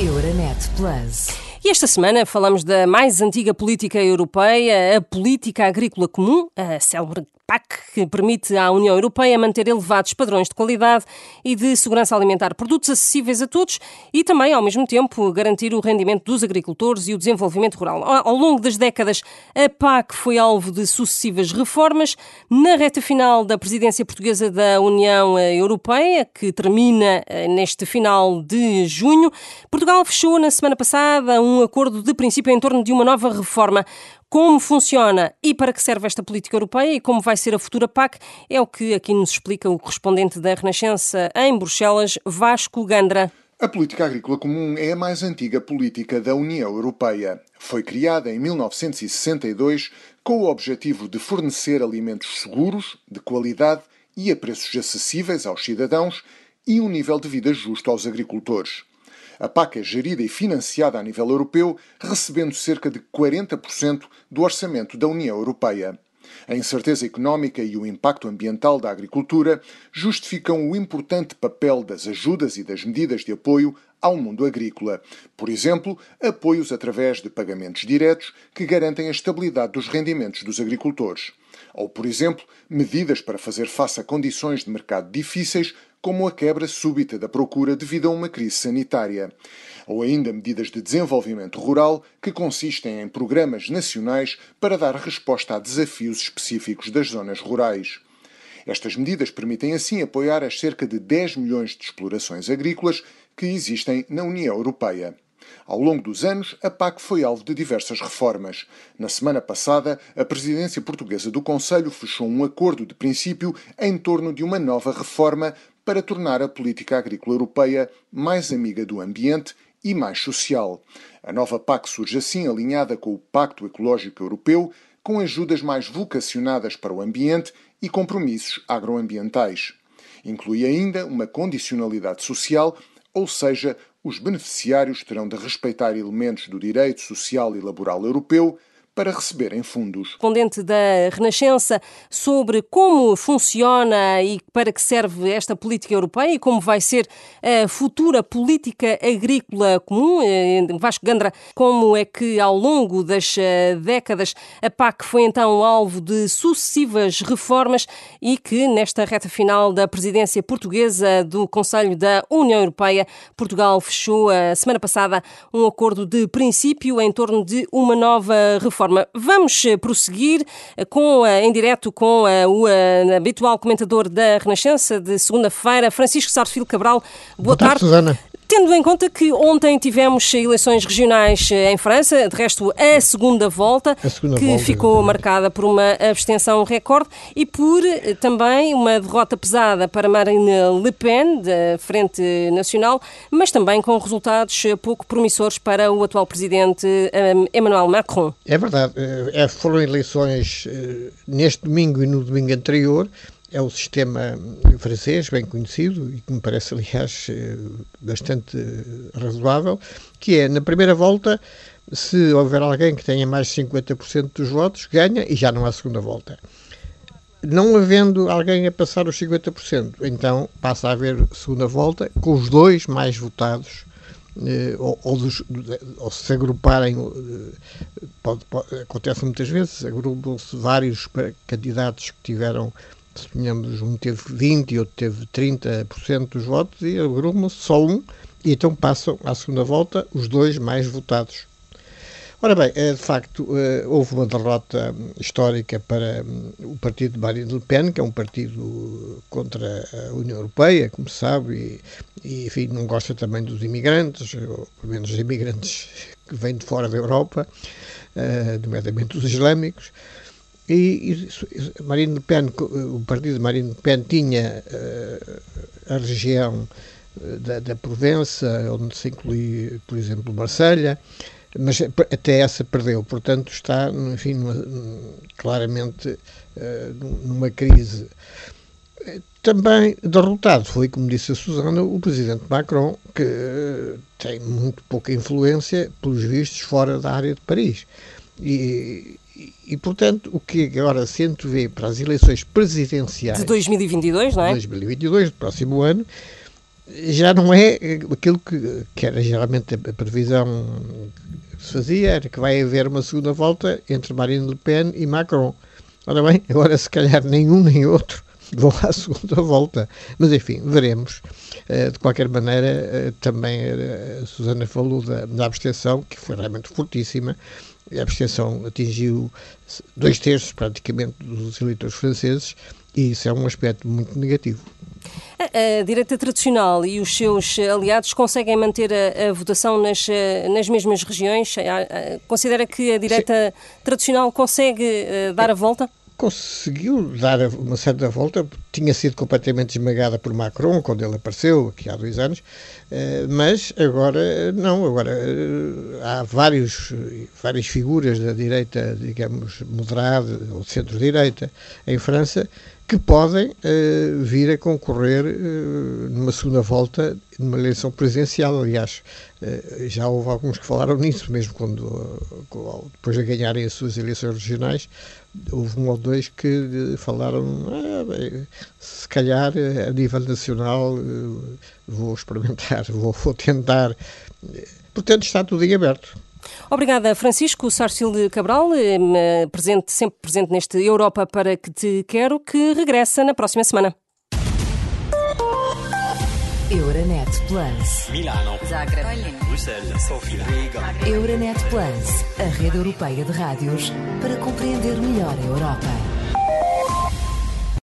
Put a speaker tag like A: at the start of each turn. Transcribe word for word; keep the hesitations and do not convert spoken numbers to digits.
A: Euronet Plus.
B: E esta semana falamos da mais antiga política europeia, a Política Agrícola Comum, a célebre P A C, que permite à União Europeia manter elevados padrões de qualidade e de segurança alimentar, produtos acessíveis a todos e também, ao mesmo tempo, garantir o rendimento dos agricultores e o desenvolvimento rural. Ao longo das décadas, a P A C foi alvo de sucessivas reformas. Na reta final da presidência portuguesa da União Europeia, que termina neste final de junho, Portugal fechou na semana passada um acordo de princípio em torno de uma nova reforma. Como funciona e para que serve esta política europeia e como vai ser a futura P A C é o que aqui nos explica o correspondente da Renascença em Bruxelas, Vasco Gandra.
C: A Política Agrícola Comum é a mais antiga política da União Europeia. Foi criada em mil novecentos e sessenta e dois com o objetivo de fornecer alimentos seguros, de qualidade e a preços acessíveis aos cidadãos e um nível de vida justo aos agricultores. A P A C é gerida e financiada a nível europeu, recebendo cerca de quarenta por cento do orçamento da União Europeia. A incerteza económica e o impacto ambiental da agricultura justificam o importante papel das ajudas e das medidas de apoio ao mundo agrícola. Por exemplo, apoios através de pagamentos diretos que garantem a estabilidade dos rendimentos dos agricultores. Ou, por exemplo, medidas para fazer face a condições de mercado difíceis, como a quebra súbita da procura devido a uma crise sanitária. Ou ainda medidas de desenvolvimento rural que consistem em programas nacionais para dar resposta a desafios específicos das zonas rurais. Estas medidas permitem assim apoiar as cerca de dez milhões de explorações agrícolas que existem na União Europeia. Ao longo dos anos, a P A C foi alvo de diversas reformas. Na semana passada, a presidência portuguesa do Conselho fechou um acordo de princípio em torno de uma nova reforma para tornar a política agrícola europeia mais amiga do ambiente e mais social. A nova P A C surge assim alinhada com o Pacto Ecológico Europeu, com ajudas mais vocacionadas para o ambiente e compromissos agroambientais. Inclui ainda uma condicionalidade social, ou seja, os beneficiários terão de respeitar elementos do direito social e laboral europeu para receberem fundos.
B: Correspondente da Renascença sobre como funciona e para que serve esta política europeia e como vai ser a futura política agrícola comum. Vasco Gandra, como é que ao longo das décadas a P A C foi então alvo de sucessivas reformas e que nesta reta final da presidência portuguesa do Conselho da União Europeia, Portugal fechou a semana passada um acordo de princípio em torno de uma nova reforma. Vamos prosseguir com, em direto com o habitual comentador da Renascença de segunda-feira, Francisco Sardo Filho Cabral. Boa,
D: Boa tarde,
B: tarde,
D: Susana.
B: Tendo em conta que ontem tivemos eleições regionais em França, de resto a segunda volta,
D: a segunda
B: que
D: volta,
B: ficou
D: exatamente.
B: marcada por uma abstenção recorde e por também uma derrota pesada para Marine Le Pen, da Frente Nacional, mas também com resultados pouco promissores para o atual presidente Emmanuel Macron.
D: É verdade. É, foram eleições neste domingo e no domingo anterior. É o sistema francês, bem conhecido, e que me parece, aliás, bastante razoável, que é, na primeira volta, se houver alguém que tenha mais de cinquenta por cento dos votos, ganha e já não há segunda volta. Não havendo alguém a passar os cinquenta por cento, então passa a haver segunda volta com os dois mais votados, ou, ou, dos, ou se agruparem, pode, pode, acontece muitas vezes, agrupam-se vários candidatos que tiveram, suponhamos, um teve vinte por cento e outro teve trinta por cento dos votos e agrupam-se só um e então passam à segunda volta os dois mais votados. Ora bem, de facto, houve uma derrota histórica para o partido de Marine Le Pen, que é um partido contra a União Europeia, como se sabe, e, e enfim, não gosta também dos imigrantes, ou pelo menos dos imigrantes que vêm de fora da Europa, nomeadamente os islâmicos. E, e Marine Le Pen, o partido de Marine Le Pen tinha uh, a região da, da Provença, onde se inclui, por exemplo, Marselha, mas até essa perdeu, portanto está, enfim, numa, claramente uh, numa crise. Também derrotado foi, como disse a Susana, o presidente Macron, que uh, tem muito pouca influência, pelos vistos, fora da área de Paris. E, e, e, portanto, o que agora se antevê para as eleições presidenciais
B: de dois mil e vinte e dois, não é?
D: dois mil e vinte e dois, do próximo ano, já não é aquilo que, que era geralmente a previsão que se fazia, era que vai haver uma segunda volta entre Marine Le Pen e Macron. Ora bem, agora se calhar nenhum nem outro vão à segunda volta. Mas enfim, veremos. De qualquer maneira, também a Susana falou da, da abstenção, que foi realmente fortíssima. A abstenção atingiu dois terços praticamente dos eleitores franceses e isso é um aspecto muito negativo.
B: A, a direita tradicional e os seus aliados conseguem manter a, a votação nas, nas mesmas regiões? Considera que a direita Sim. tradicional consegue uh, dar a volta?
D: Conseguiu dar uma certa volta, tinha sido completamente esmagada por Macron quando ele apareceu, aqui há dois anos, mas agora não, agora há vários, várias figuras da direita, digamos, moderada ou centro-direita em França que podem uh, vir a concorrer uh, numa segunda volta numa eleição presidencial. Aliás, uh, já houve alguns que falaram nisso, mesmo quando, uh, depois de ganharem as suas eleições regionais, houve um ou dois que uh, falaram, ah, bem, se calhar a nível nacional uh, vou experimentar, vou, vou tentar. Portanto, está tudo em aberto.
B: Obrigada, Francisco Sarcil de Cabral, presente, sempre presente neste Europa para que te quero, que regressa na próxima semana.
A: Euronet Plus.
E: Milano.
A: Zagreb.
E: Bruxelas. Sofia. Riga.
A: Euronet Plus, a rede europeia de rádios para compreender melhor a Europa.